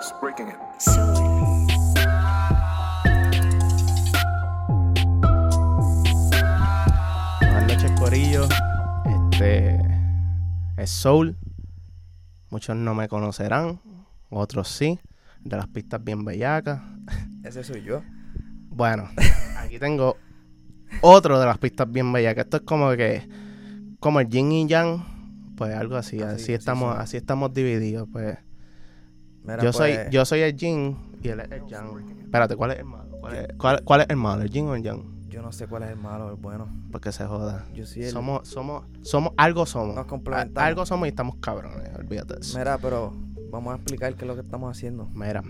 house, breaking it. Buenas noches, corillo. Es Soul. Muchos no me conocerán, otros sí. De las pistas bien bellacas. Ese soy yo. Bueno, aquí tengo otro de las pistas bien bellacas. Esto es como el yin y yang, pues algo así. Así estamos divididos, pues. Mira, Yo soy el yin y él es el yang. Espérate, ¿cuál es el malo? ¿Cuál es el malo? ¿El yin o el yang? Yo no sé cuál es el malo o el bueno. Porque se joda. Yo sí el... Somos algo somos. Nos complementamos. Algo somos y estamos cabrones, olvídate de eso. Mira, pero vamos a explicar qué es lo que estamos haciendo. Mira,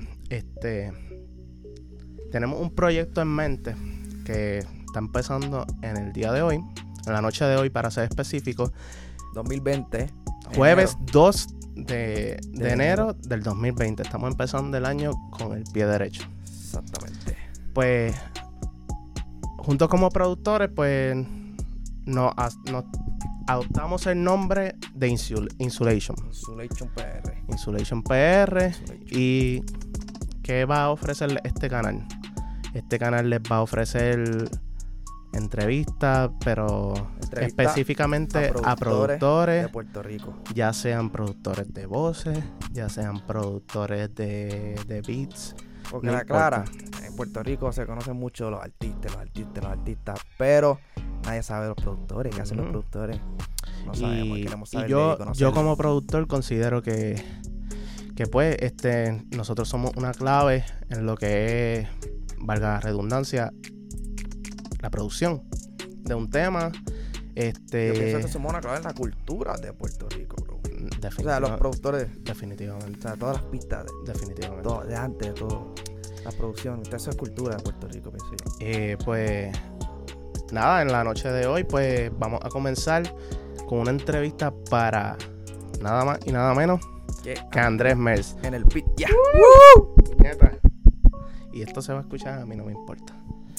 tenemos un proyecto en mente que está empezando en el día de hoy, en la noche de hoy para ser específico, 2020. jueves enero. 2 de enero del 2020. Estamos empezando el año con el pie derecho. Exactamente. Pues, juntos como productores, pues, nos adoptamos el nombre de Insulation. Insulation PR. Insulation PR. ¿Y qué va a ofrecer este canal? Este canal les va a ofrecer entrevistas, pero específicamente a productores de Puerto Rico. Ya sean productores de voces, ya sean productores de beats. Porque no la importa. clara, en Puerto Rico se conocen mucho los artistas, pero nadie sabe los productores. ¿Qué hacen los productores? No sabemos, queremos saber de ellos, yo conocerlos. como productor considero que pues nosotros somos una clave en lo que es, valga la redundancia, la producción de un tema. Yo pienso que somos una clave en la cultura de Puerto Rico, bro. O sea, los productores, definitivamente. o sea, todas las pistas, Definitivamente. todo, de antes, de todo, la producción, eso es cultura de Puerto Rico, pienso yo. Pues nada, en la noche de hoy pues vamos a comenzar con una entrevista para nada más y nada menos que Andrés Mers. En el beat, ya. Puñeta. Y esto se va a escuchar, a mí no me importa.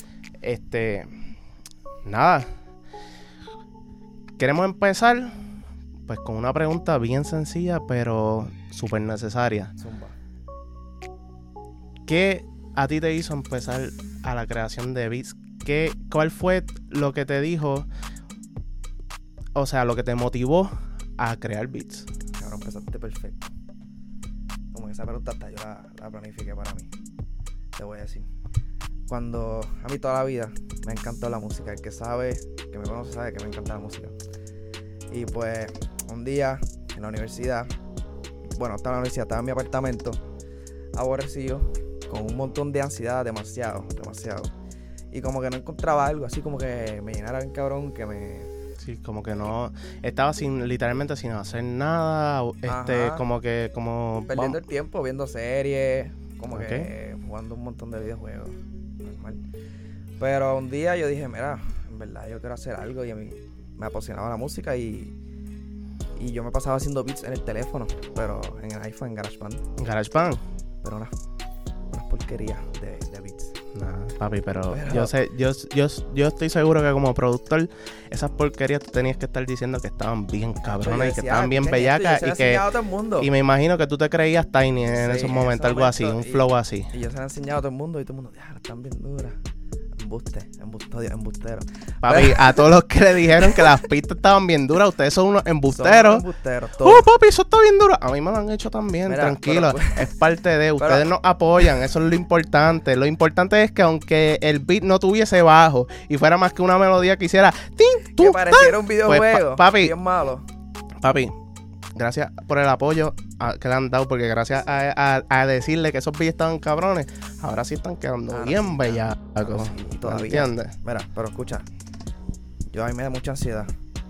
Nada. Queremos empezar pues con una pregunta bien sencilla pero súper necesaria. Zumba. ¿Qué a ti te hizo empezar a la creación de beats? ¿Cuál fue lo que te dijo? O sea, lo que te motivó a crear beats. Cabrón, empezaste perfecto. Como que esa pregunta hasta yo la planifiqué para mí. Te voy a decir. Cuando a mí toda la vida me ha encantado la música. El que sabe, que me conoce sabe que me encanta la música. Y pues un día en la universidad, bueno, estaba en la universidad, estaba en mi apartamento, aborrecido, con un montón de ansiedad, demasiado. Y como que no encontraba algo así como que me llenara bien cabrón, que me... Sí, como que no... Estaba literalmente sin hacer nada. Como perdiendo el tiempo, viendo series, como que jugando un montón de videojuegos. Normal. Pero un día yo dije, mira, en verdad yo quiero hacer algo. Y a mí me apasionaba la música y yo me pasaba haciendo beats en el teléfono, pero en el iPhone, en GarageBand. ¿En GarageBand? Pero unas porquerías de beats. Nah, papi, pero yo estoy seguro que como productor esas porquerías tú tenías que estar diciendo que estaban bien cabronas y que estaban bien bellacas y me imagino que tú te creías Tiny en esos momentos, algo así, un flow así. Y yo se lo he enseñado a todo el mundo y todo el mundo, ya, están bien duras. Embustero. Papi, a todos los que le dijeron que las pistas estaban bien duras, ustedes son unos embusteros. Todos. Papi, eso está bien duro. A mí me lo han hecho también, mira, tranquilo. Es parte de... Ustedes nos apoyan, eso es lo importante. Lo importante es que aunque el beat no tuviese bajo y fuera más que una melodía que hiciera... Que pareciera un videojuego. Pues, papi, bien malo. Papi, gracias por el apoyo que le han dado, porque gracias a decirle que esos beats estaban cabrones, ahora sí están quedando bien bellacos. Sí, todavía. ¿Entiendes? Mira, pero escucha, a mí me da mucha ansiedad.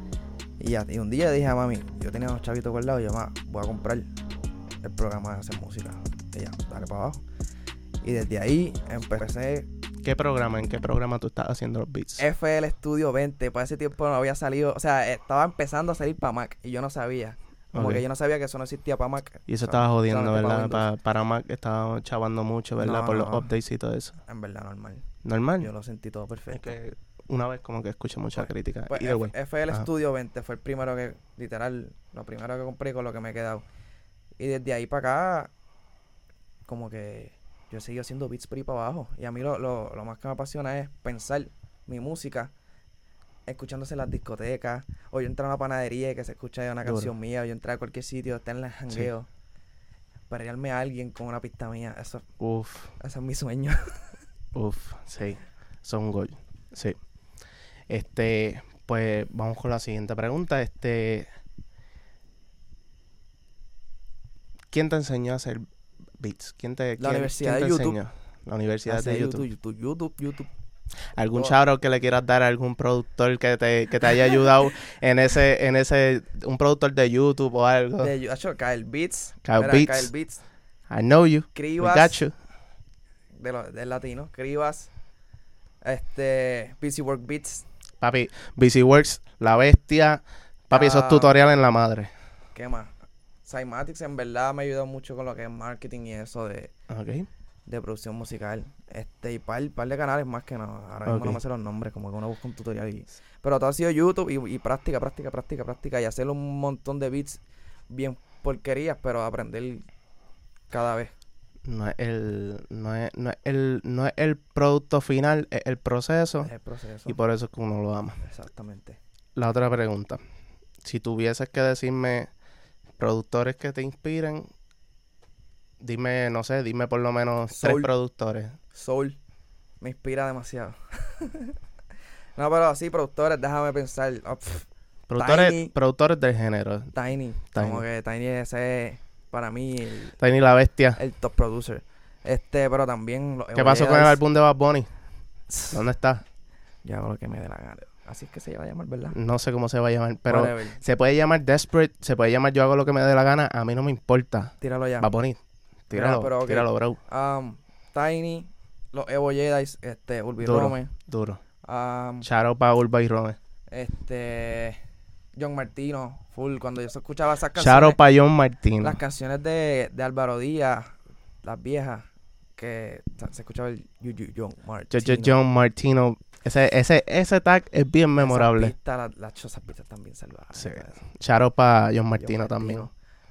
Y un día dije a mami, yo tenía unos chavitos guardados y yo, voy a comprar el programa de hacer música. Y ya, dale para abajo. Y desde ahí empecé. ¿En qué programa tú estás haciendo los beats? FL Studio 20. Para ese tiempo no había salido, o sea, estaba empezando a salir para Mac y yo no sabía. Como que yo no sabía que eso no existía para Mac. Y eso estaba jodiendo, ¿verdad? Para Mac estaba chavando mucho, ¿verdad? Por los updates y todo eso. En verdad, normal. ¿Normal? Yo lo sentí todo perfecto. Es que una vez como que escuché mucha crítica. Pues FL Studio 20 fue el primero que, literal, lo primero que compré con lo que me he quedado. Y desde ahí para acá, como que yo he seguido haciendo beats por ahí para abajo. Y a mí lo más que me apasiona es pensar mi música escuchándose en las discotecas, o yo entrar a una panadería y que se escucha una canción mía, o yo entrar a cualquier sitio, estar en el jangueo, perrearme a alguien con una pista mía. Ese es mi sueño. Sí. Son un gol. Sí. Pues vamos con la siguiente pregunta. ¿Quién te enseñó a hacer beats? La Universidad de YouTube. La Universidad de YouTube. ¿Algún shout-out que le quieras dar a algún productor que te haya ayudado en ese un productor de YouTube o algo? Kyle Beats. Kyle Beats. I know you. Cribas. We got you. Del latino. Cribas. Busy Work Beats. Papi, Busy Works, la bestia. Papi, esos tutoriales en la madre. ¿Qué más? Cymatics en verdad me ha ayudado mucho con lo que es marketing y eso de producción musical. Y par de canales más que no. Ahora mismo no me sé los nombres, como que uno busca un tutorial. Pero todo ha sido YouTube y práctica. Y hacer un montón de beats bien porquerías, pero aprender cada vez. No es el producto final, es el proceso. Es el proceso. Y por eso es que uno lo ama. Exactamente. La otra pregunta. Si tuvieses que decirme productores que te inspiren, dime por lo menos 3 productores. Soul. Me inspira demasiado. No, pero así, productores, déjame pensar. Productores del género. Tiny. Como que Tiny ese... Para mí, Tiny la bestia. El top producer. Pero también... ¿Qué pasó con el álbum de Bad Bunny? ¿Dónde está? Yo hago lo que me dé la gana. Así es que se va a llamar, ¿verdad? No sé cómo se va a llamar, pero se puede llamar Desperate, se puede llamar Yo hago lo que me dé la gana. A mí no me importa. Tíralo ya. Bad Bunny. Tíralo, bro. Tiny, los Evo Jedi, Urbi Rome. Duro. Shout out para Urbi Rome. John Martino, full. Cuando yo escuchaba esas canciones. Shout out para John Martino. Las canciones de Álvaro Díaz, las viejas, que se escuchaba el John Martino. John Martino. Ese tag es bien memorable. Las pistas están bien salvadas. Sí. Shout out para John Martino también.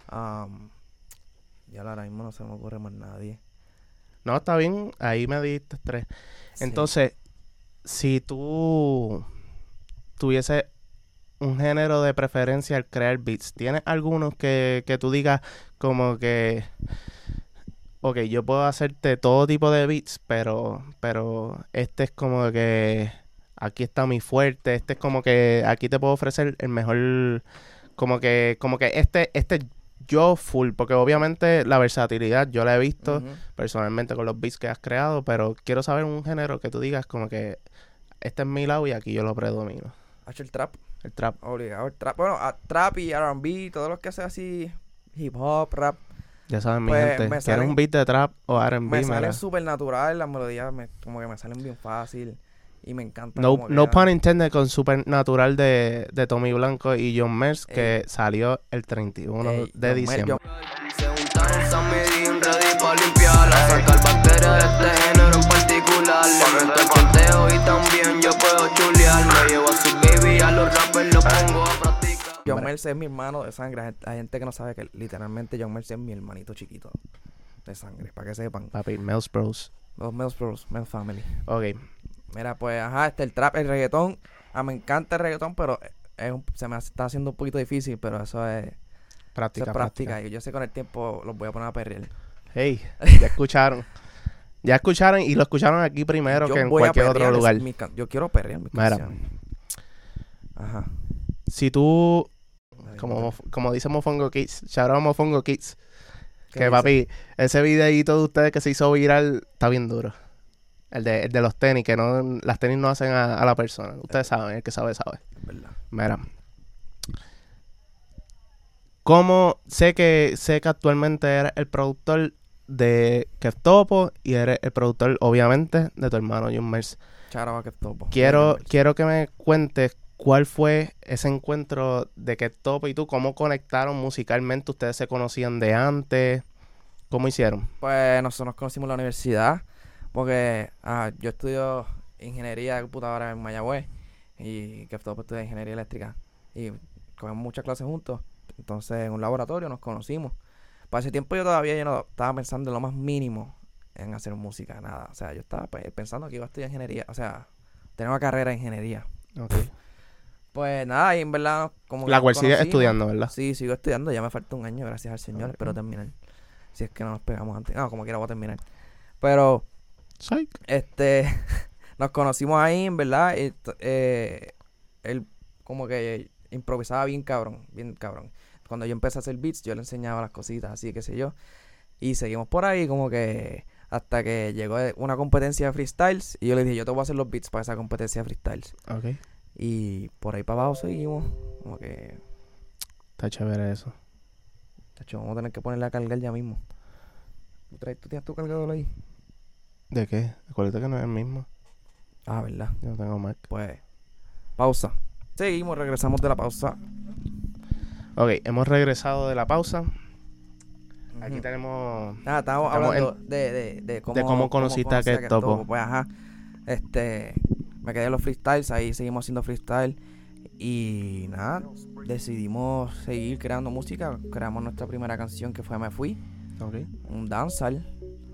Ya ahora mismo no se me ocurre más nadie. No, está bien. Ahí me diste 3. Sí. Entonces, si tú tuvieses un género de preferencia al crear beats, ¿tienes algunos que tú digas como que ok, yo puedo hacerte todo tipo de beats, pero este es como que aquí está mi fuerte, este es como que aquí te puedo ofrecer el mejor, como que este yo full, porque obviamente la versatilidad yo la he visto personalmente con los beats que has creado, pero quiero saber un género que tú digas como que este es mi lado y aquí yo lo predomino. ¿Has el trap? El trap. Obligado, el trap. Bueno, trap y R&B, todos los que hacen así hip hop, rap. Ya saben, mi gente, ¿quieres un beat de trap o R&B? Me salen súper natural, las melodías como que me salen bien fácil y me encanta. No pun intended con Super Natural de Tommy Blanco y John Mers, que salió el 31 de diciembre. Se juntaron Sammy y Ready para limpiarla, sacar bacterias de este género en particular. Le meto el conteo y también yo puedo chulear. Me llevo a su baby, a los rappers los pongo a practicar. John Mers es mi hermano de sangre. Hay gente que no sabe que literalmente John Mers es mi hermanito chiquito de sangre, para que sepan. Papi, Mel's Bros. Los Mel's Bros, Mel's Family. Ok. Mira, pues, el trap, el reggaetón. Me encanta el reggaetón, pero se me está haciendo un poquito difícil, pero eso es práctica. Y yo sé que con el tiempo los voy a poner a perrear. Hey, ya escucharon. Ya escucharon y lo escucharon aquí primero que en cualquier otro lugar. Yo quiero perrear mi canción. Ajá. Si tú, como dice Mofongo Kids, shout out Mofongo Kids, que papi, ese videíto de ustedes que se hizo viral está bien duro. El de los tenis, que no, las tenis no hacen a la persona. Ustedes saben, el que sabe. ¿Verdad? Mira. Como sé que actualmente eres el productor de Kev Topo y eres el productor, obviamente, de tu hermano John Mers. Charo a Kev Topo. Quiero que me cuentes cuál fue ese encuentro de Kev Topo y tú, cómo conectaron musicalmente. ¿Ustedes se conocían de antes? ¿Cómo hicieron? Pues nosotros nos conocimos en la universidad, porque yo estudio ingeniería de computadora en Mayagüez y Kev Topo estudia ingeniería eléctrica y cogemos muchas clases juntos. Entonces en un laboratorio nos conocimos. Para ese tiempo yo no estaba pensando en lo más mínimo en hacer música, nada. O sea, yo estaba pensando que iba a estudiar ingeniería, o sea, tener una carrera de ingeniería. Okay. Pues nada, y en verdad... como la cual sigues estudiando, ¿verdad? Sí, sigo estudiando. Ya me falta un año, gracias al Señor. Okay. Espero terminar. Si es que no nos pegamos antes. No, como quiera voy a terminar. Pero... Psych. Nos conocimos ahí, en verdad. Él como que improvisaba bien cabrón. Cuando yo empecé a hacer beats, yo le enseñaba las cositas, así, qué sé yo. Y seguimos por ahí como que... hasta que llegó una competencia de freestyles. Y yo le dije, yo te voy a hacer los beats para esa competencia de freestyles. Ok. Y por ahí para abajo seguimos. Como que... Está chévere eso. Tacho, vamos a tener que ponerle a cargar ya mismo. ¿Tú tienes tu cargador ahí? ¿De qué? Acuérdate que no es el mismo. Ah, ¿verdad? Yo no tengo Mac. Pues... pausa. Seguimos, regresamos de la pausa. Ok, hemos regresado de la pausa. Aquí tenemos... estamos hablando de cómo conociste a Ket Topo. Pues ajá. Me quedé en los freestyles, ahí seguimos haciendo freestyle. Y nada, decidimos seguir creando música. Creamos nuestra primera canción que fue Me Fui. Okay. Un dancehall.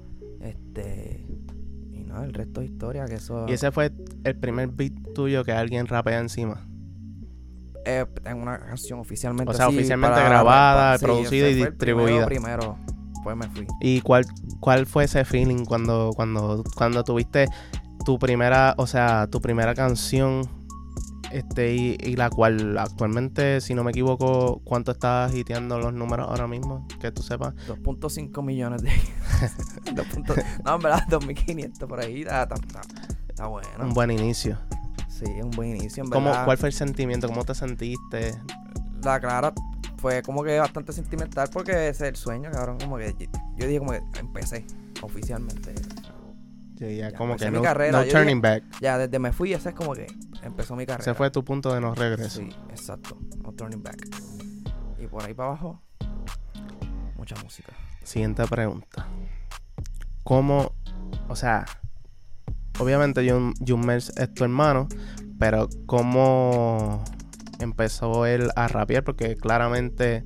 Y nada, el resto es historia. Que eso... ¿Y ese fue el primer beat tuyo que alguien rapea encima? En una canción oficialmente. O sea, oficialmente grabada, producida y distribuida. Primero pues Me Fui. ¿Y cuál fue ese feeling cuando tuviste tu primera canción, y la cual actualmente, si no me equivoco, ¿cuánto estás hiteando los números ahora mismo? Que tú sepas. 2.5 millones de... No, en verdad, 2.500 por ahí. Está bueno. Un buen inicio. Sí, un buen inicio, en verdad. ¿Cuál fue el sentimiento? ¿Cómo te sentiste? La clara fue como que bastante sentimental porque ese es el sueño, cabrón. Como que yo dije como que empecé oficialmente. Ya como que mi carrera. No turning back. Ya desde Me Fui, ese es como que empezó mi carrera. Ese fue tu punto de no regreso. Sí, exacto. No turning back. Y por ahí para abajo, mucha música. Siguiente pregunta. ¿Cómo, o sea, obviamente Jun Mers es tu hermano, pero cómo empezó él a rapear? Porque claramente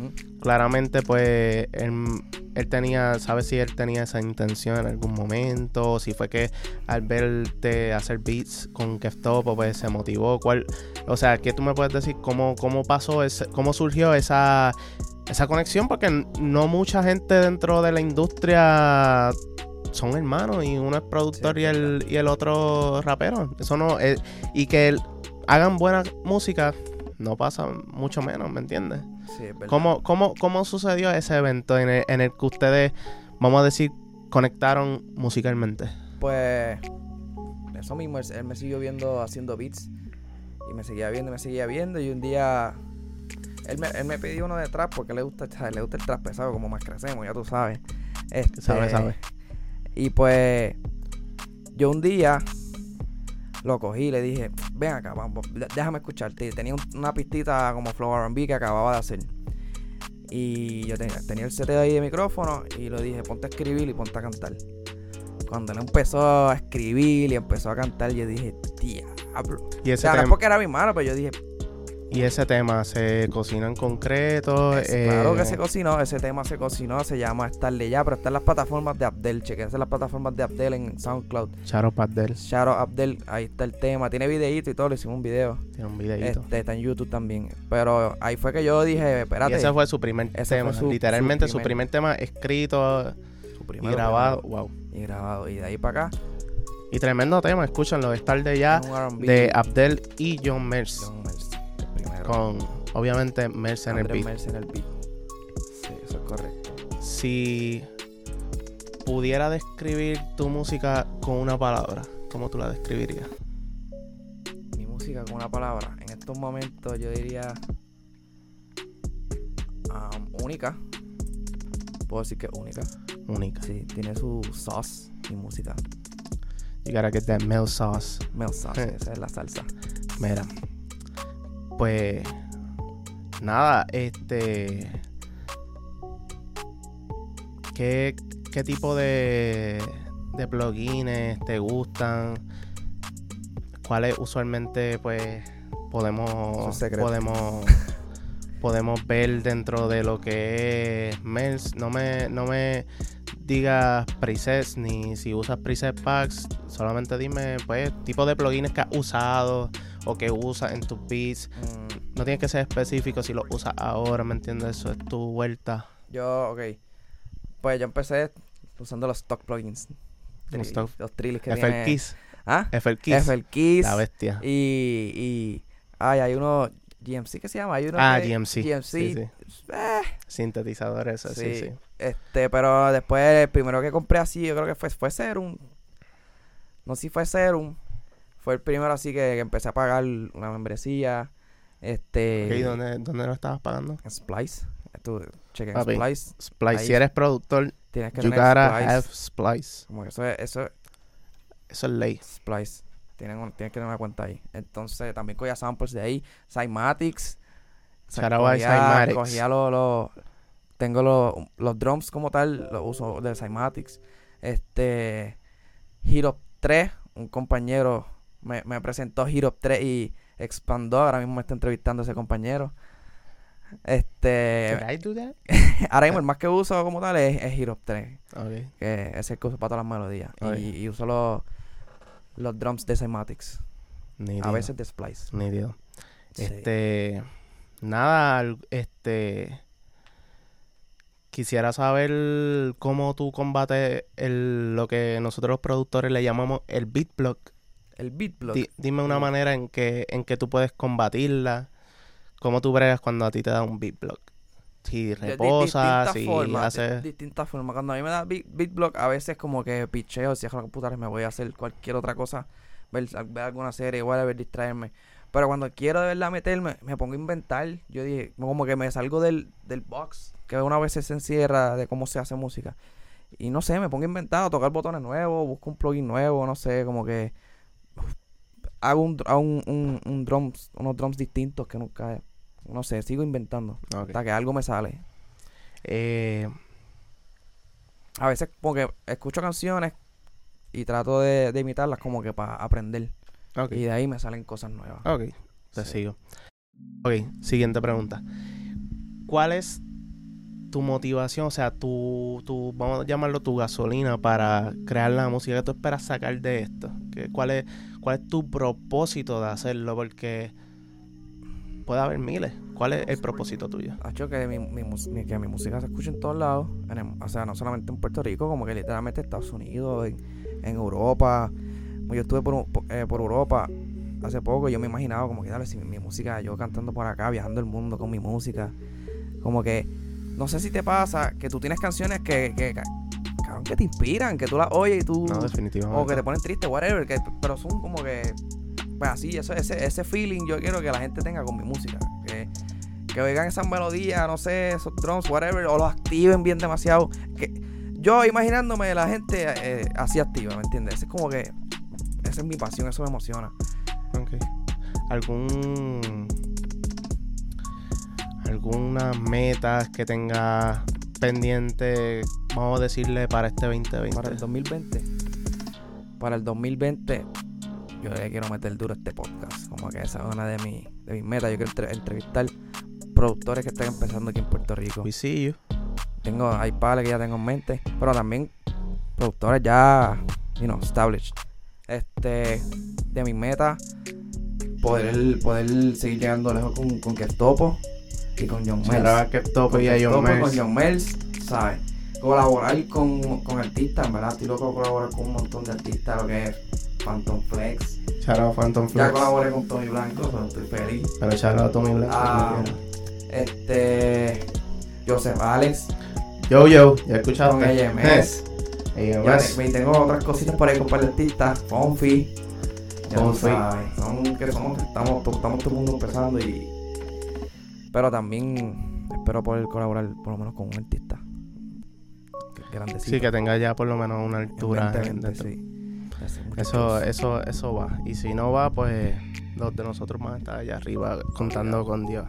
pues él tenía, ¿sabes si él tenía esa intención en algún momento? O si fue que al verte hacer beats con Ket Topo pues se motivó. O sea, ¿qué tú me puedes decir? ¿Cómo pasó cómo surgió esa conexión? Porque no mucha gente dentro de la industria son hermanos y uno es productor, sí, y el otro rapero. Eso no es, y que hagan buena música no pasa mucho menos, ¿me entiendes? Sí, es verdad. ¿Cómo sucedió ese evento en el que ustedes, vamos a decir, conectaron musicalmente? Pues eso mismo, él me siguió viendo haciendo beats y me seguía viendo y un día él me pidió uno de trap porque le gusta el trap pesado, como más crecemos, ya tú sabes. Sabe. Y pues yo un día lo cogí y le dije, ven acá, vamos, déjame escucharte. Tenía una pistita como Flow R&B que acababa de hacer. Y yo tenía el seteo ahí de micrófono y le dije, ponte a escribir y ponte a cantar. Cuando él empezó a escribir y empezó a cantar, yo dije, diablo. Y ese no es porque era mi mano, pero yo dije... ¿Y ese tema se cocinó en concreto? Claro que se cocinó, ese tema se cocinó, se llama Estarle Ya, pero está en las plataformas de Abdel, chequense las plataformas de Abdel en SoundCloud. Shout out Abdel, ahí está el tema, tiene videíto y todo, le hicimos un video. Tiene un videíto. Está en YouTube también, pero ahí fue que yo dije, espérate. Y ese fue su primer tema, literalmente su primer tema escrito y grabado, wow. Y grabado, y de ahí para acá. Y tremendo tema, escúchanlo, Estarle Ya, de Abdel y Jun Mers. Con, obviamente, Mers en el beat. Sí, eso es correcto. Si pudiera describir tu música con una palabra, ¿cómo tú la describirías? Mi música con una palabra. En estos momentos yo diría... única. Puedo decir que es única. Única. Sí, tiene su sauce, mi música. You gotta get that mel sauce. Mel sauce, esa es la salsa. Mira. Pues nada, ¿qué tipo de plugins te gustan? ¿Cuáles usualmente pues podemos podemos ver dentro de lo que es Melz. No me digas presets ni si usas preset packs, solamente dime pues tipo de plugins que has usado o que usas en tus beats. No tienes que ser específico si lo usas ahora, ¿me entiendes? Eso es tu vuelta. Pues yo empecé usando los stock plugins. Los trills que tiene. FL-Keys. ¿Ah? FL-Keys. La bestia. Y hay uno GMC que se llama. Hay uno GMC. Sí. Sintetizadores, sí. Pero después el primero que compré así, yo creo que fue Serum. No sé si fue Serum. Fue el primero así que empecé a pagar una membresía. ¿Dónde lo estabas pagando? Splice. Tú chequen Splice. Ahí, si eres productor, tienes que you tener gotta Splice. have Splice. Como que eso es ley. Splice. Tienes que tener una cuenta ahí. Entonces también cogía samples de ahí. Cymatics. Cogía tengo los drums como tal, los uso de Cymatics. Hero 3, un compañero me presentó Hero 3 y expandó. Ahora mismo me está entrevistando ese compañero. ¿Should I do that? Ahora mismo el más que uso como tal es Hero 3. Okay. Que es el que uso para todas las melodías. Okay. Y uso los drums de Cymatics. A veces de Splice. Nítido. Sí. Nada, quisiera saber cómo tú combates lo que nosotros los productores le llamamos el beat block. El beat block. Dime una manera en que tú puedes combatirla. ¿Cómo tú bregas cuando a ti te da un beat block? Si reposas, si haces... Distintas formas. Cuando a mí me da beat block, a veces como que picheo, si es la computadora me voy a hacer cualquier otra cosa, ver alguna serie, whatever, distraerme. Pero cuando quiero de verdad meterme, me pongo a inventar. Yo dije, como que me salgo del box, que una vez se encierra de cómo se hace música. Y no sé, me pongo a inventar, a tocar botones nuevos, busco un plugin nuevo, no sé, como que hago unos drums distintos que nunca... No sé, sigo inventando. Okay. Hasta que algo me sale. A veces como que escucho canciones y trato de imitarlas como que para aprender. Okay. Y de ahí me salen cosas nuevas. Ok, te sigo. Ok, siguiente pregunta. ¿Cuál es tu motivación? O sea, tu vamos a llamarlo tu gasolina para crear la música que tú esperas sacar de esto. ¿Cuál es tu propósito de hacerlo? Porque... puede haber miles. ¿Cuál es el propósito tuyo? Que mi música se escuche en todos lados. O sea, no solamente en Puerto Rico, como que literalmente en Estados Unidos, en Europa. Yo estuve por Europa hace poco. Yo me imaginaba como que, dale, si mi música, yo cantando por acá, viajando el mundo con mi música. Como que, no sé si te pasa que tú tienes canciones que te inspiran, que tú las oyes y tú... No, definitivamente. O que te ponen triste, whatever. Pero son como que... Pues así, ese feeling yo quiero que la gente tenga con mi música. Que oigan esas melodías, no sé, esos drums, whatever, o los activen bien demasiado. Que yo imaginándome la gente así activa, ¿me entiendes? Es como que esa es mi pasión, eso me emociona. Ok. ¿Algunas metas que tengas pendiente, vamos a decirle, para este 2020? Para el 2020. Para el 2020... yo le quiero meter duro a este podcast. Como que esa es una de mis metas. Yo quiero entrevistar productores que estén empezando aquí en Puerto Rico. We see you. Hay pares que ya tengo en mente. Pero también productores ya, established. De mis metas, poder seguir llegando lejos con Keftopo y con John Melz. Keftopo y a John Melz. Con John Melz, ¿sabes? Colaborar con artistas, en verdad. Estoy loco de colaborar con un montón de artistas, lo que es Phantom Flex. Shout out Phantom Flex. Ya colaboré con Tommy Blanco, pero estoy feliz. Pero shout out Tommy Blanco. Joseph Alex. Yo, ya escuchaste. Con AMS. Ya tengo otras cositas por ahí con par de artistas. Fonfi. Ya tú sabes. Estamos todo el mundo empezando pero también espero poder colaborar por lo menos con un artista grandecito. Sí, que tenga ya por lo menos una altura. Sí. Eso va. Y si no va, pues los de nosotros van a estar allá arriba contando con Dios.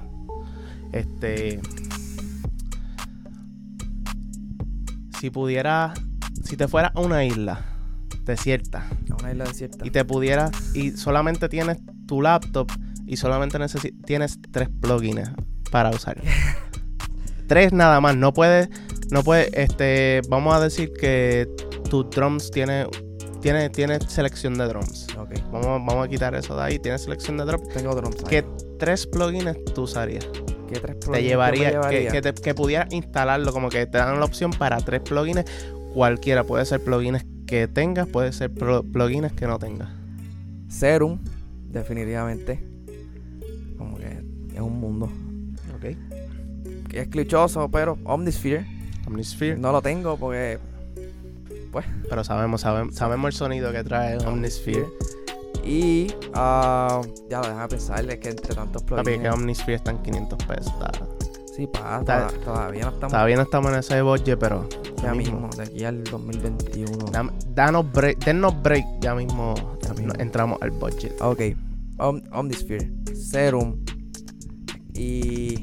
Si te fueras a una isla desierta. Y te pudieras, y solamente tienes tu laptop y solamente tienes 3 plugins para usar. 3 nada más. No puede, vamos a decir que tus drums tiene selección de drums. Okay. Vamos a quitar eso de ahí. Tiene selección de drums. Tengo drums ahí. ¿Qué 3 plugins tú usarías? ¿Qué 3 plugins Te llevaría? Que pudieras instalarlo, como que te dan la opción para 3 plugins. Cualquiera. Puede ser plugins que tengas, puede ser plugins que no tengas. Serum, definitivamente. Como que es un mundo. Ok. Que es clichoso, pero Omnisphere. No lo tengo porque... pues... Pero sabemos el sonido que trae Omnisphere. Y... ya lo déjame pensar, es que entre tantos plugins... Papi, que Omnisphere está en $500. Sí, todavía no estamos en ese budget, pero... Ya mismo, de aquí al 2021. Dennos break, ya mismo entramos al budget. Ok. Omnisphere, Serum y...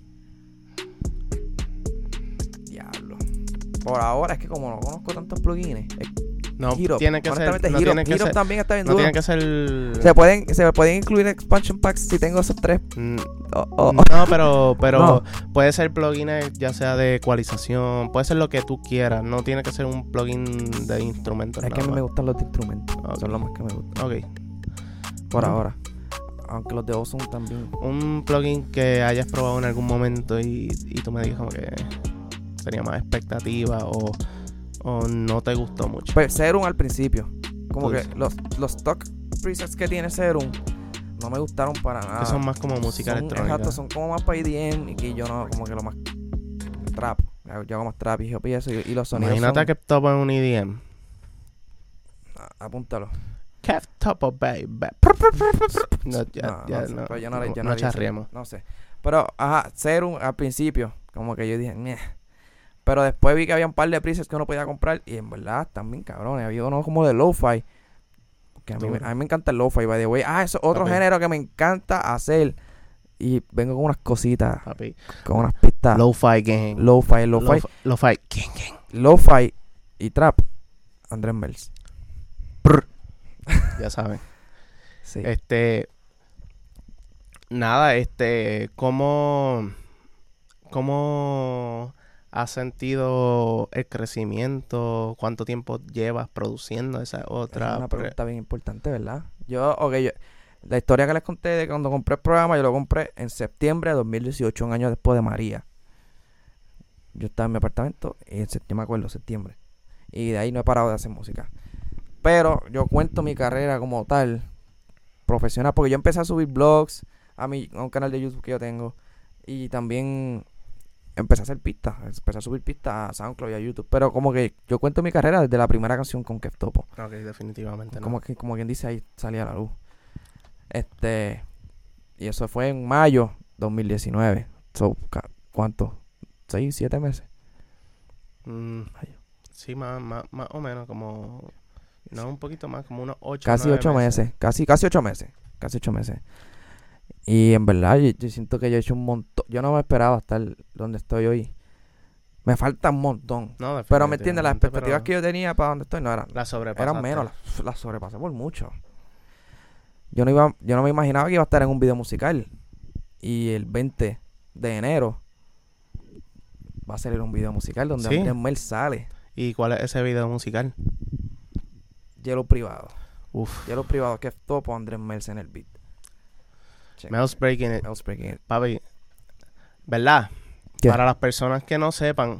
diablo. Por ahora es que como no conozco tantos plugins... No, Hero. Tiene que ser... No tiene que ser, también está bien no duro. Tiene que ser... Se pueden incluir expansion packs si tengo esos 3. No, pero No. Puede ser plugins ya sea de ecualización, puede ser lo que tú quieras, no tiene que ser un plugin de instrumentos. Es que a mí me gustan los de instrumentos, son los más que me gustan. Ok. Por ahora. Aunque los de Ozone también. Un plugin que hayas probado en algún momento y tú me digas como que tenía más expectativa o no te gustó mucho. Pues Serum al principio. Como que los stock presets que tiene Serum no me gustaron para nada. Que son más como música electrónica. Exacto, son como más para EDM y que yo no, como que lo más trap. Yo hago más trap y eso y los sonidos. Imagínate que topo en un EDM. Apúntalo. Kev Topo, baby. No charriemos. No sé. Pero, Serum al principio, como que yo dije, meh. Pero después vi que había un par de presets que uno podía comprar y en verdad también cabrones. Había uno como de lo-fi. Que a mí me encanta el lo-fi, by the way. Eso es otro género que me encanta hacer. Y vengo con unas cositas. Papi. Con unas pistas. Lo-fi gang. Lo-fi gang. Lo-fi y trap. Andrés Mels. Ya saben. Sí. Nada, ¿cómo has sentido el crecimiento? ¿Cuánto tiempo llevas produciendo esa otra? Es una pregunta bien importante, ¿verdad? La historia que les conté de cuando compré el programa, yo lo compré en septiembre de 2018, un año después de María. Yo estaba en mi apartamento y yo me acuerdo, septiembre. Y de ahí no he parado de hacer música. Pero yo cuento mi carrera como tal, profesional, porque yo empecé a subir blogs a un canal de YouTube que yo tengo. Y también empecé a hacer pistas, empecé a subir pistas a SoundCloud y a YouTube. Pero como que yo cuento mi carrera desde la primera canción con Kev Topo. Ok, definitivamente como quien dice, ahí salía a la luz. Y eso fue en mayo 2019. ¿Cuánto? 6, 7 meses. Sí, más o menos, como... No, un poquito más, como unos 8 Casi 8 meses. Casi 8 meses. Casi 8 meses. Y en verdad, yo siento que yo he hecho un montón. Yo no me esperaba estar donde estoy hoy. Me falta un montón. No, pero me entiendes, las expectativas que yo tenía para donde estoy no eran. Eran menos, las sobrepasé por mucho. Yo no me imaginaba que iba a estar en un video musical. Y el 20 de enero va a salir un video musical donde Andrés Mels sale. ¿Y cuál es ese video musical? Hielo Privado. Uf. Hielo Privado, que es Topo, Andrés Mels en el beat. Mels Breaking It. Papi, ¿verdad? ¿Qué? Para las personas que no sepan,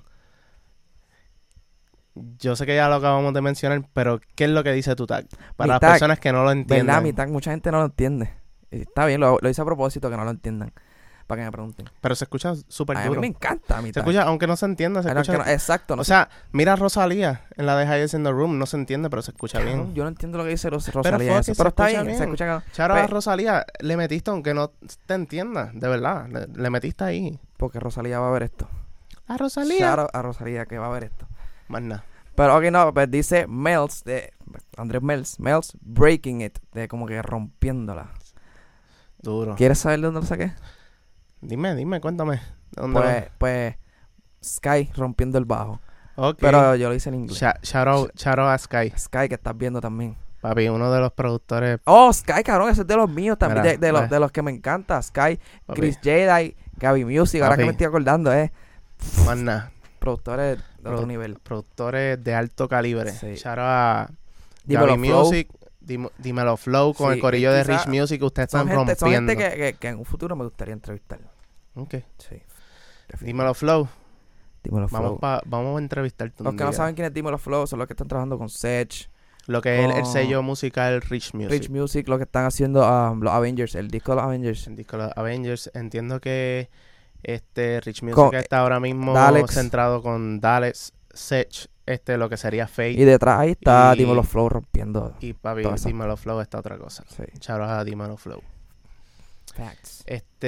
yo sé que ya lo acabamos de mencionar, pero ¿qué es lo que dice tu tag? Para las personas que no lo entienden. ¿Verdad? Mi tag, mucha gente no lo entiende. Está bien, lo hice a propósito que no lo entiendan. Para que me pregunten. Pero se escucha súper duro. A mí me encanta mi tag. Se escucha, aunque no se entienda, se escucha... exacto. O sea, mira a Rosalía en la de Highest in the Room. No se entiende, pero se escucha bien. Yo no entiendo lo que dice Rosalía. Pero está bien. Se escucha... Charo a Rosalía, le metiste aunque no te entienda. De verdad. Le metiste ahí. Porque Rosalía va a ver esto. ¿A Rosalía? Charo a Rosalía que va a ver esto. Más nada. Pero ok, no. Pues dice Mels, de Andrés Mels. Mels Breaking It. De como que rompiéndola. Duro. ¿Quieres saber de dónde lo saqué? Dime, cuéntame. ¿Dónde pues Sky rompiendo el bajo. Okay. Pero yo lo hice en inglés. Shout out a Sky. Sky que estás viendo también. Papi, uno de los productores... Oh, Sky, cabrón, ese es de los míos también, mira, de los que me encanta. Sky, papi. Chris Jedi, Gaby Music, ahora que me estoy acordando, Más nada. Productores de otro nivel. Productores de alto calibre. Sí. Shout out a Gaby Music, Dímelo Flow, con el corillo de Rich Music que ustedes están rompiendo. Son gente que en un futuro me gustaría entrevistar. Ok. Sí. Dímelo Flow. Dímelo Flow. Vamos a entrevistarte. Los que no saben quién es Dímelo Flow son los que están trabajando con Sech. Lo que es el sello musical Rich Music. Rich Music, lo que están haciendo los Avengers, el disco de los Avengers. El disco de los Avengers. Entiendo que Rich Music está ahora mismo centrado con Daleks, Sech, lo que sería Fate. Y detrás ahí está Dímelo Flow rompiendo. Y papi, Dímelo Flow está otra cosa. Sí. Chavos a Dímelo Flow. Facts.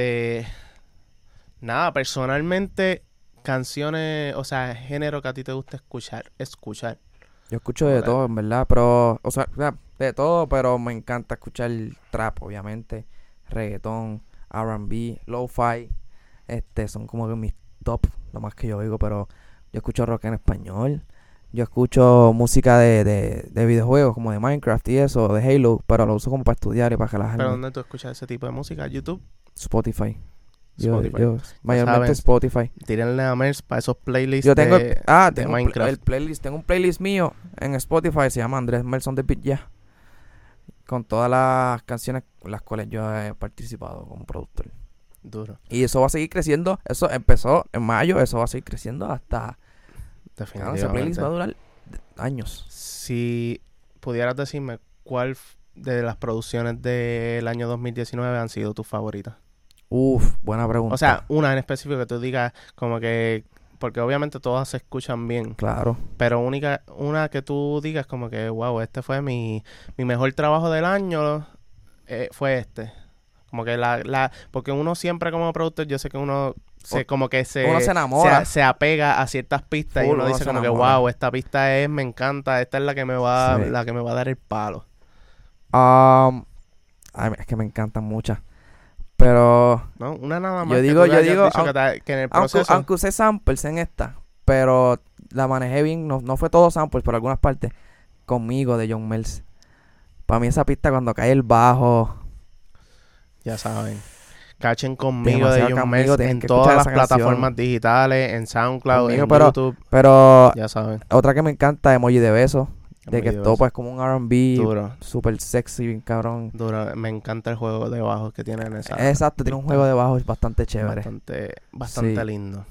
Nada, personalmente, canciones, o sea, género que a ti te gusta escuchar. Yo escucho de todo, en verdad, pero, o sea, de todo, pero me encanta escuchar trap, obviamente, reggaetón, R&B, lo-fi, son como que mis top, lo más que yo oigo, pero yo escucho rock en español, yo escucho música de videojuegos, como de Minecraft y eso, de Halo, pero lo uso como para estudiar y para relajarme. ¿Pero dónde tú escuchas ese tipo de música? ¿YouTube? Spotify. Yo mayormente Spotify. Tírenle a Mers para esos playlists yo tengo de Minecraft. El playlist. Tengo un playlist mío en Spotify, se llama Andrés Merson de Beat Ya, con todas las canciones con las cuales yo he participado como productor. Duro. Y eso va a seguir creciendo. Eso empezó en mayo, eso va a seguir creciendo hasta... Definitivamente. Ese playlist va a durar años. Si pudieras decirme cuál de las producciones del año 2019 han sido tus favoritas. Buena pregunta. O sea, una en específico que tú digas como que... Porque obviamente todas se escuchan bien. Claro. Pero una que tú digas como que, wow, este fue mi mejor trabajo del año, fue este. Como que porque uno siempre como productor, yo sé que uno se enamora. Se apega a ciertas pistas y uno dice como que, wow, esta pista me encanta, esta es la que me va a dar el palo. Es que me encantan muchas. Pero no, una nada más. Yo digo, que en el proceso, aunque usé samples en esta, pero la manejé bien, no fue todo samples, pero algunas partes conmigo de John Mills. Para mí esa pista cuando cae el bajo, ya saben, cachen conmigo de John Mills en todas las plataformas digitales, en SoundCloud, en YouTube. Pero ya saben. Otra que me encanta, Emoji de Beso. De que todo pues como un R&B super sexy, bien cabrón. Duro. Me encanta el juego de bajos que tiene en esa. Exacto, tiene un juego de bajos bastante chévere. Bastante lindo.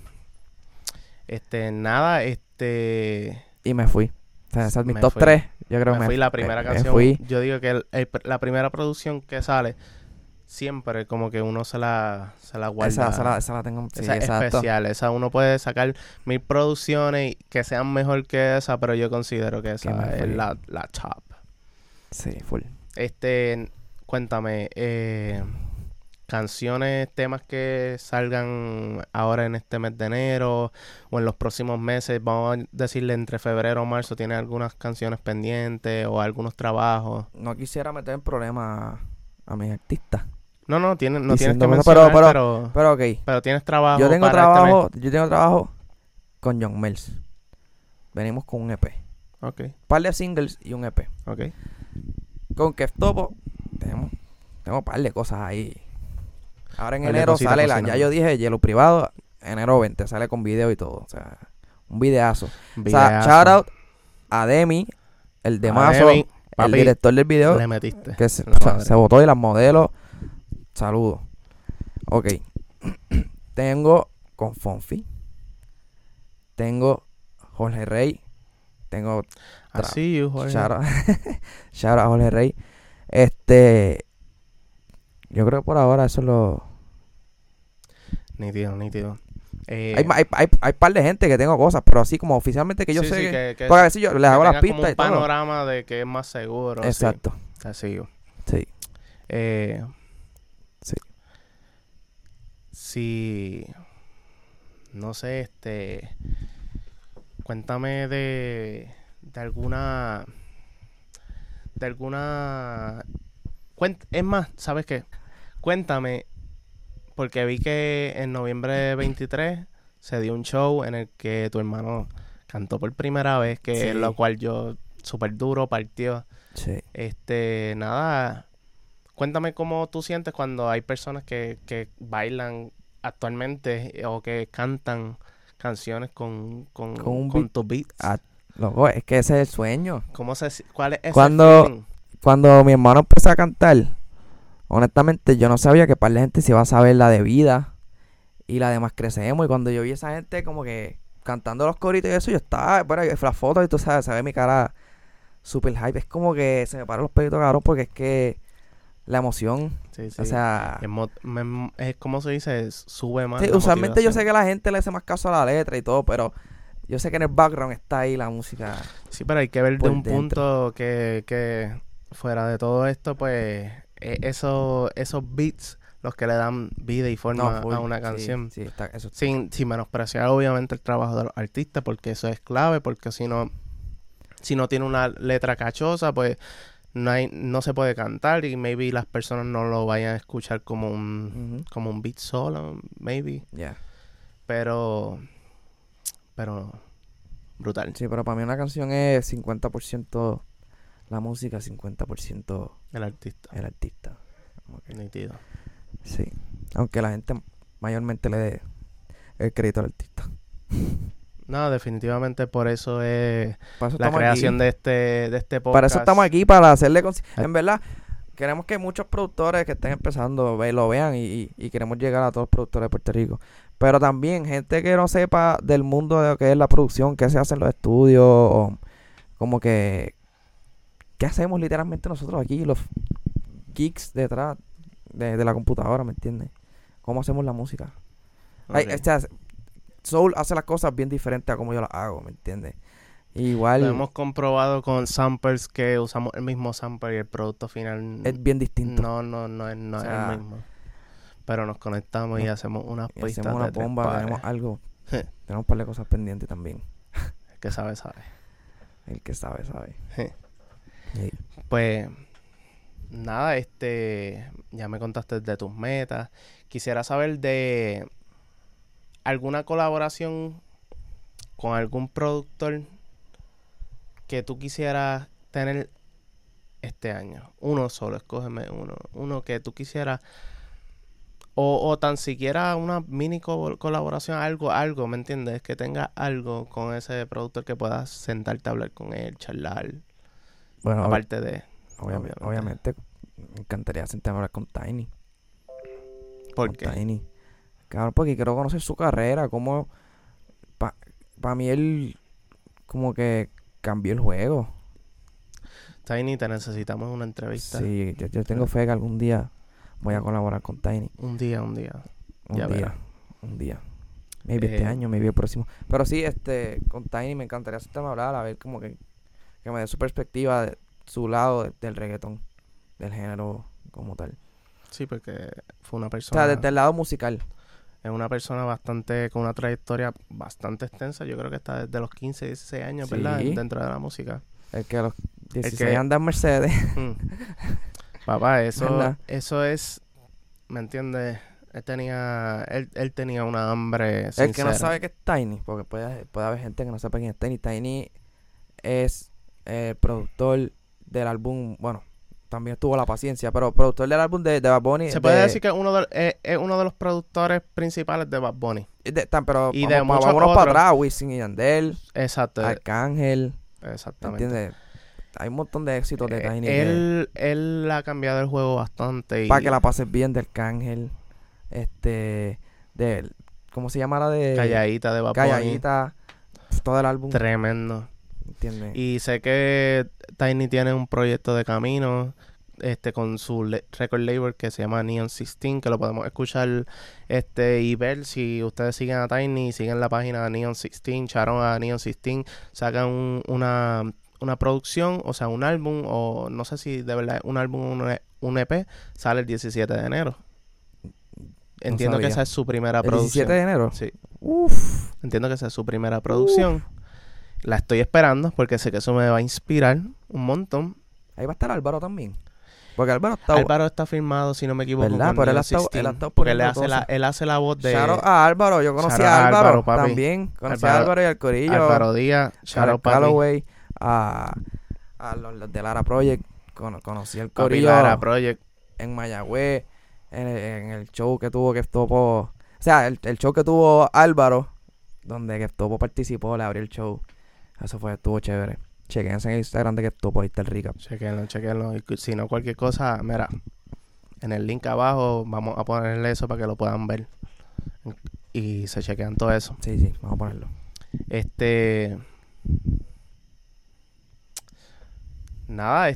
Nada, Y me fui. O sea, esa es mi top 3. Yo creo que me fui la primera canción. Yo digo que la primera producción que sale siempre como que uno se la guarda. Esa la tengo. Esa es especial. Esa uno puede sacar 1000 producciones que sean mejor que esa, pero yo considero que esa es la top. Sí, full. Cuéntame, canciones, temas que salgan ahora en este mes de enero o en los próximos meses, vamos a decirle entre febrero o marzo, ¿tienes algunas canciones pendientes o algunos trabajos? No quisiera meter en problemas a mis artistas. No tienes que mencionar, pero ok. Pero tienes trabajo. Yo tengo trabajo con John Mills. Venimos con un EP. Ok. Un par de singles y un EP. Ok. Con Kev Topo tenemos un par de cosas ahí. Ahora en enero sale ya yo dije, Hielo Privado, enero 20, sale con video y todo. O sea, un videazo. O sea, shout out a Demi, el de Mazo, el director del video. Le metiste. Que se botó y las modelos. Saludos. Ok. Tengo con Fonfi. Tengo Jorge Rey. Tengo... Así, Jorge. Shout out a Jorge Rey. Yo creo que por ahora eso es lo... Nítido. Hay par de gente que tengo cosas, pero así como oficialmente que yo sé que porque a veces yo les hago las pistas y todo. Un panorama de que es más seguro. Exacto. Así. Sí. Sí. No sé, cuéntame de alguna... Es más, ¿sabes qué? Cuéntame, porque vi que en noviembre 23 se dio un show en el que tu hermano cantó por primera vez, lo cual yo súper duro, partió. Sí. Nada, cuéntame cómo tú sientes cuando hay personas que bailan actualmente o que cantan canciones con tus beats. Loco, es que ese es el sueño. ¿Cuál es ese feeling? Cuando mi hermano empezó a cantar, honestamente yo no sabía que para la gente se iba a saber la de Vida y la de Más Crecemos. Y cuando yo vi a esa gente como que cantando los coritos y eso, yo estaba, bueno, las fotos y tú sabes, se ve mi cara super hype. Es como que se me paran los pelitos, cabrón, porque es que la emoción, sí. O sea, es como se dice, sube más. Sí, usualmente yo sé que la gente le hace más caso a la letra y todo, pero yo sé que en el background está ahí la música. Sí, pero hay que ver de un punto que fuera de todo esto, pues esos beats los que le dan vida y forma a una canción. Sí, eso está. Sin menospreciar obviamente el trabajo de los artistas, porque eso es clave, porque si no tiene una letra cachosa, pues no se puede cantar y maybe las personas no lo vayan a escuchar como un beat solo, maybe. Yeah. Pero brutal. Sí, pero para mí una canción es 50% la música, 50% el artista. Okay. Nítido. Sí. Aunque la gente mayormente le dé el crédito al artista. No, definitivamente por eso es la creación de este podcast. Para eso estamos aquí, para hacerle... En verdad, queremos que muchos productores que estén empezando lo vean y queremos llegar a todos los productores de Puerto Rico. Pero también gente que no sepa del mundo de lo que es la producción, qué se hace en los estudios, o como que... ¿Qué hacemos literalmente nosotros aquí? Los geeks detrás de la computadora, ¿me entiendes? ¿Cómo hacemos la música? Okay. Soul hace las cosas bien diferentes a como yo las hago, ¿me entiendes? Igual... Lo hemos comprobado con samples que usamos el mismo sample y el producto final... Es bien distinto. No es el mismo. Pero nos conectamos y hacemos unas pistas hacemos una bomba, tenemos algo. Tenemos un par de cosas pendientes también. El que sabe, sabe. El que sabe, sabe. Sí. Pues... Nada, ya me contaste de tus metas. Quisiera saber de alguna colaboración con algún productor que tú quisieras tener este año. Uno solo, escógeme uno que tú quisieras, o tan siquiera una mini colaboración, algo, ¿me entiendes? Que tenga algo con ese productor que puedas sentarte a hablar con él, charlar. Bueno, aparte de... Obviamente, me encantaría sentarme a hablar con Tiny. ¿Por qué? Tiny. Claro, porque quiero conocer su carrera, cómo... Para mí él como que cambió el juego. Tiny, te necesitamos una entrevista. Sí, yo tengo fe que algún día voy a colaborar con Tiny. Un día. Un día. Maybe este año, maybe el próximo. Pero sí, con Tiny me encantaría sentarme a hablar, a ver como que me dé su perspectiva de su lado del reggaetón, del género como tal. Sí, porque fue una persona... O sea, desde el lado musical. Es una persona con una trayectoria bastante extensa. Yo creo que está desde los 15, 16 años, sí, ¿verdad? Dentro de la música. El que a los 16 anda en Mercedes. Papá, eso es... ¿Me entiendes? Él tenía una hambre sincera. El que no sabe que es Tiny, porque puede haber gente que no sepa quién es Tiny. Tiny es el productor del álbum... Bueno, también tuvo La Paciencia, pero productor del álbum de Bad Bunny. Se puede decir que es uno de los productores principales de Bad Bunny. Pero y de muchos vámonos para atrás, Wisin y Yandel. Exacto. Arcángel. Exactamente. ¿Entiendes? Hay un montón de éxitos de Tiny. Él ha cambiado el juego bastante. Para que la pases bien, de Arcángel. ¿Cómo se llama la de...? Calladita de Bad Bunny. Calladita. Todo el álbum. Tremendo. ¿Entiendes? Y sé que Tiny tiene un proyecto de camino con su record label que se llama Neon 16, que lo podemos escuchar y ver. Si ustedes siguen a Tiny, siguen la página de Neon 16, Charon a Neon 16, sacan una producción, o sea, un álbum, o no sé si de verdad un álbum o un EP, sale el 17 de enero. Entiendo que esa es su primera producción. ¿El 17 de enero? Sí. Uf. Entiendo que esa es su primera producción. La estoy esperando porque sé que eso me va a inspirar un montón. Ahí va a estar Álvaro también. Porque Álvaro está firmado, si no me equivoco. ¿Verdad? Pero él está porque él hace la voz de... Shout out a Álvaro. Yo conocí a Álvaro también. Conocí a Álvaro y al corillo. Álvaro Díaz. Shout out Calloway. A a los de Lara Project. Conocí el corillo Lara Project en Mayagüez, en el show que tuvo o sea, el show que tuvo Álvaro, donde Keftopo participó, le abrió el show. Eso estuvo chévere. Chequense en el Instagram de Keftopo, ahí está el recap. Chequenlo. Y si no, cualquier cosa, mira, en el link abajo vamos a ponerle eso para que lo puedan ver. Y se chequean todo eso. Sí, vamos a ponerlo. Nada,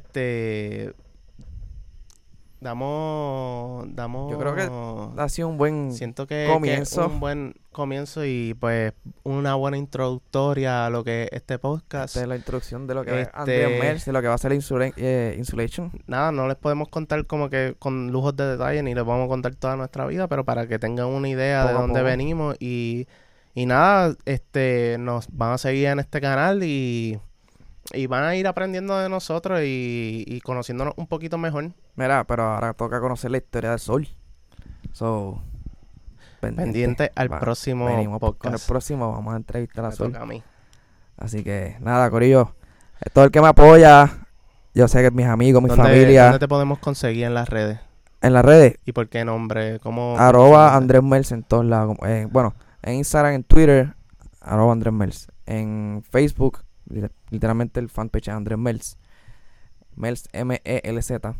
damos yo creo que ha sido un buen comienzo. Un buen comienzo y pues una buena introductoria a lo que es este podcast. La introducción de lo que es Andrés Mels, de lo que va a ser Insulation. Nada, no les podemos contar como que con lujos de detalle ni les vamos a contar toda nuestra vida, pero para que tengan una idea de dónde venimos y nada, nos van a seguir en este canal y van a ir aprendiendo de nosotros y conociéndonos un poquito mejor. Mira, pero ahora toca conocer la historia del Sol. Pendiente al próximo podcast. Con el próximo vamos a entrevistar a Sol. Toca a mí. Así que, nada, corillo. Todo el que me apoya, yo sé que mis amigos, mi familia. ¿Dónde te podemos conseguir en las redes? En las redes. ¿Y por qué nombre? ¿Cómo? @Andrés Mels en todos lados. Bueno, en Instagram, en Twitter, @Andrés Mels. En Facebook, literalmente el fanpage es Andrés Mels. Mels, M-E-L-Z.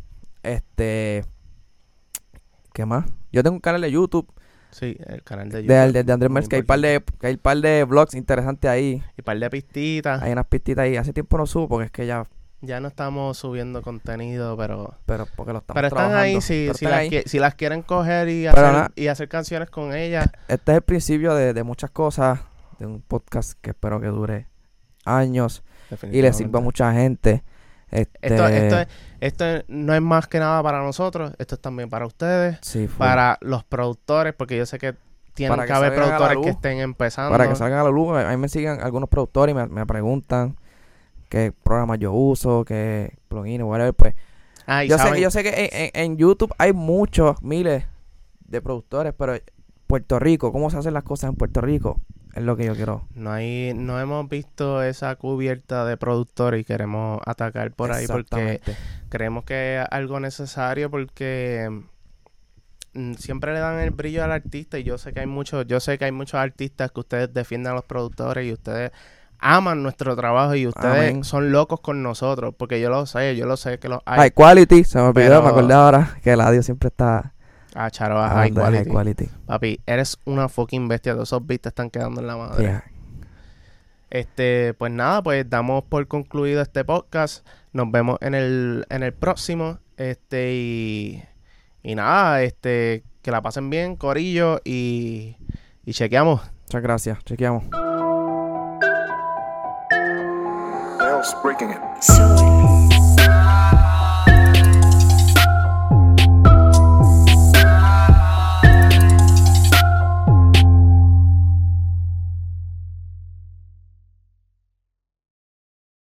¿Qué más? Yo tengo un canal de YouTube. Sí, el canal de YouTube. De Andrés Mels, que hay un par de vlogs interesantes ahí. Y un par de pistitas. Hay unas pistitas ahí. Hace tiempo no subo porque es que ya no estamos subiendo contenido, pero porque lo estamos pero están trabajando. Ahí, si las quieren coger y hacer canciones con ellas. Este es el principio de muchas cosas, de un podcast que espero que dure años y le sirva a mucha gente. Esto no es más que nada para nosotros, esto es también para ustedes, para los productores, porque yo sé que tienen que haber productores que estén empezando. Para que salgan a la luz, a mí me siguen algunos productores y me preguntan qué programas yo uso, qué plugins, whatever, pues. Yo sé que en YouTube hay miles de productores, pero Puerto Rico, ¿cómo se hacen las cosas en Puerto Rico? Es lo que yo quiero. No hemos visto esa cubierta de productores y queremos atacar por ahí porque creemos que es algo necesario porque siempre le dan el brillo al artista y yo sé que hay muchos artistas que ustedes defienden a los productores y ustedes aman nuestro trabajo y ustedes son locos con nosotros porque yo lo sé que los hay. High Quality, se me olvidó, me acordé ahora que el audio siempre está... Charo, High Quality. Papi, eres una fucking bestia. Todos esos beats te están quedando en la madre. Yeah. Pues nada, pues damos por concluido este podcast. Nos vemos en el próximo. Y nada, que la pasen bien, corillo. Y chequeamos. Muchas gracias. Chequeamos. Breaking it.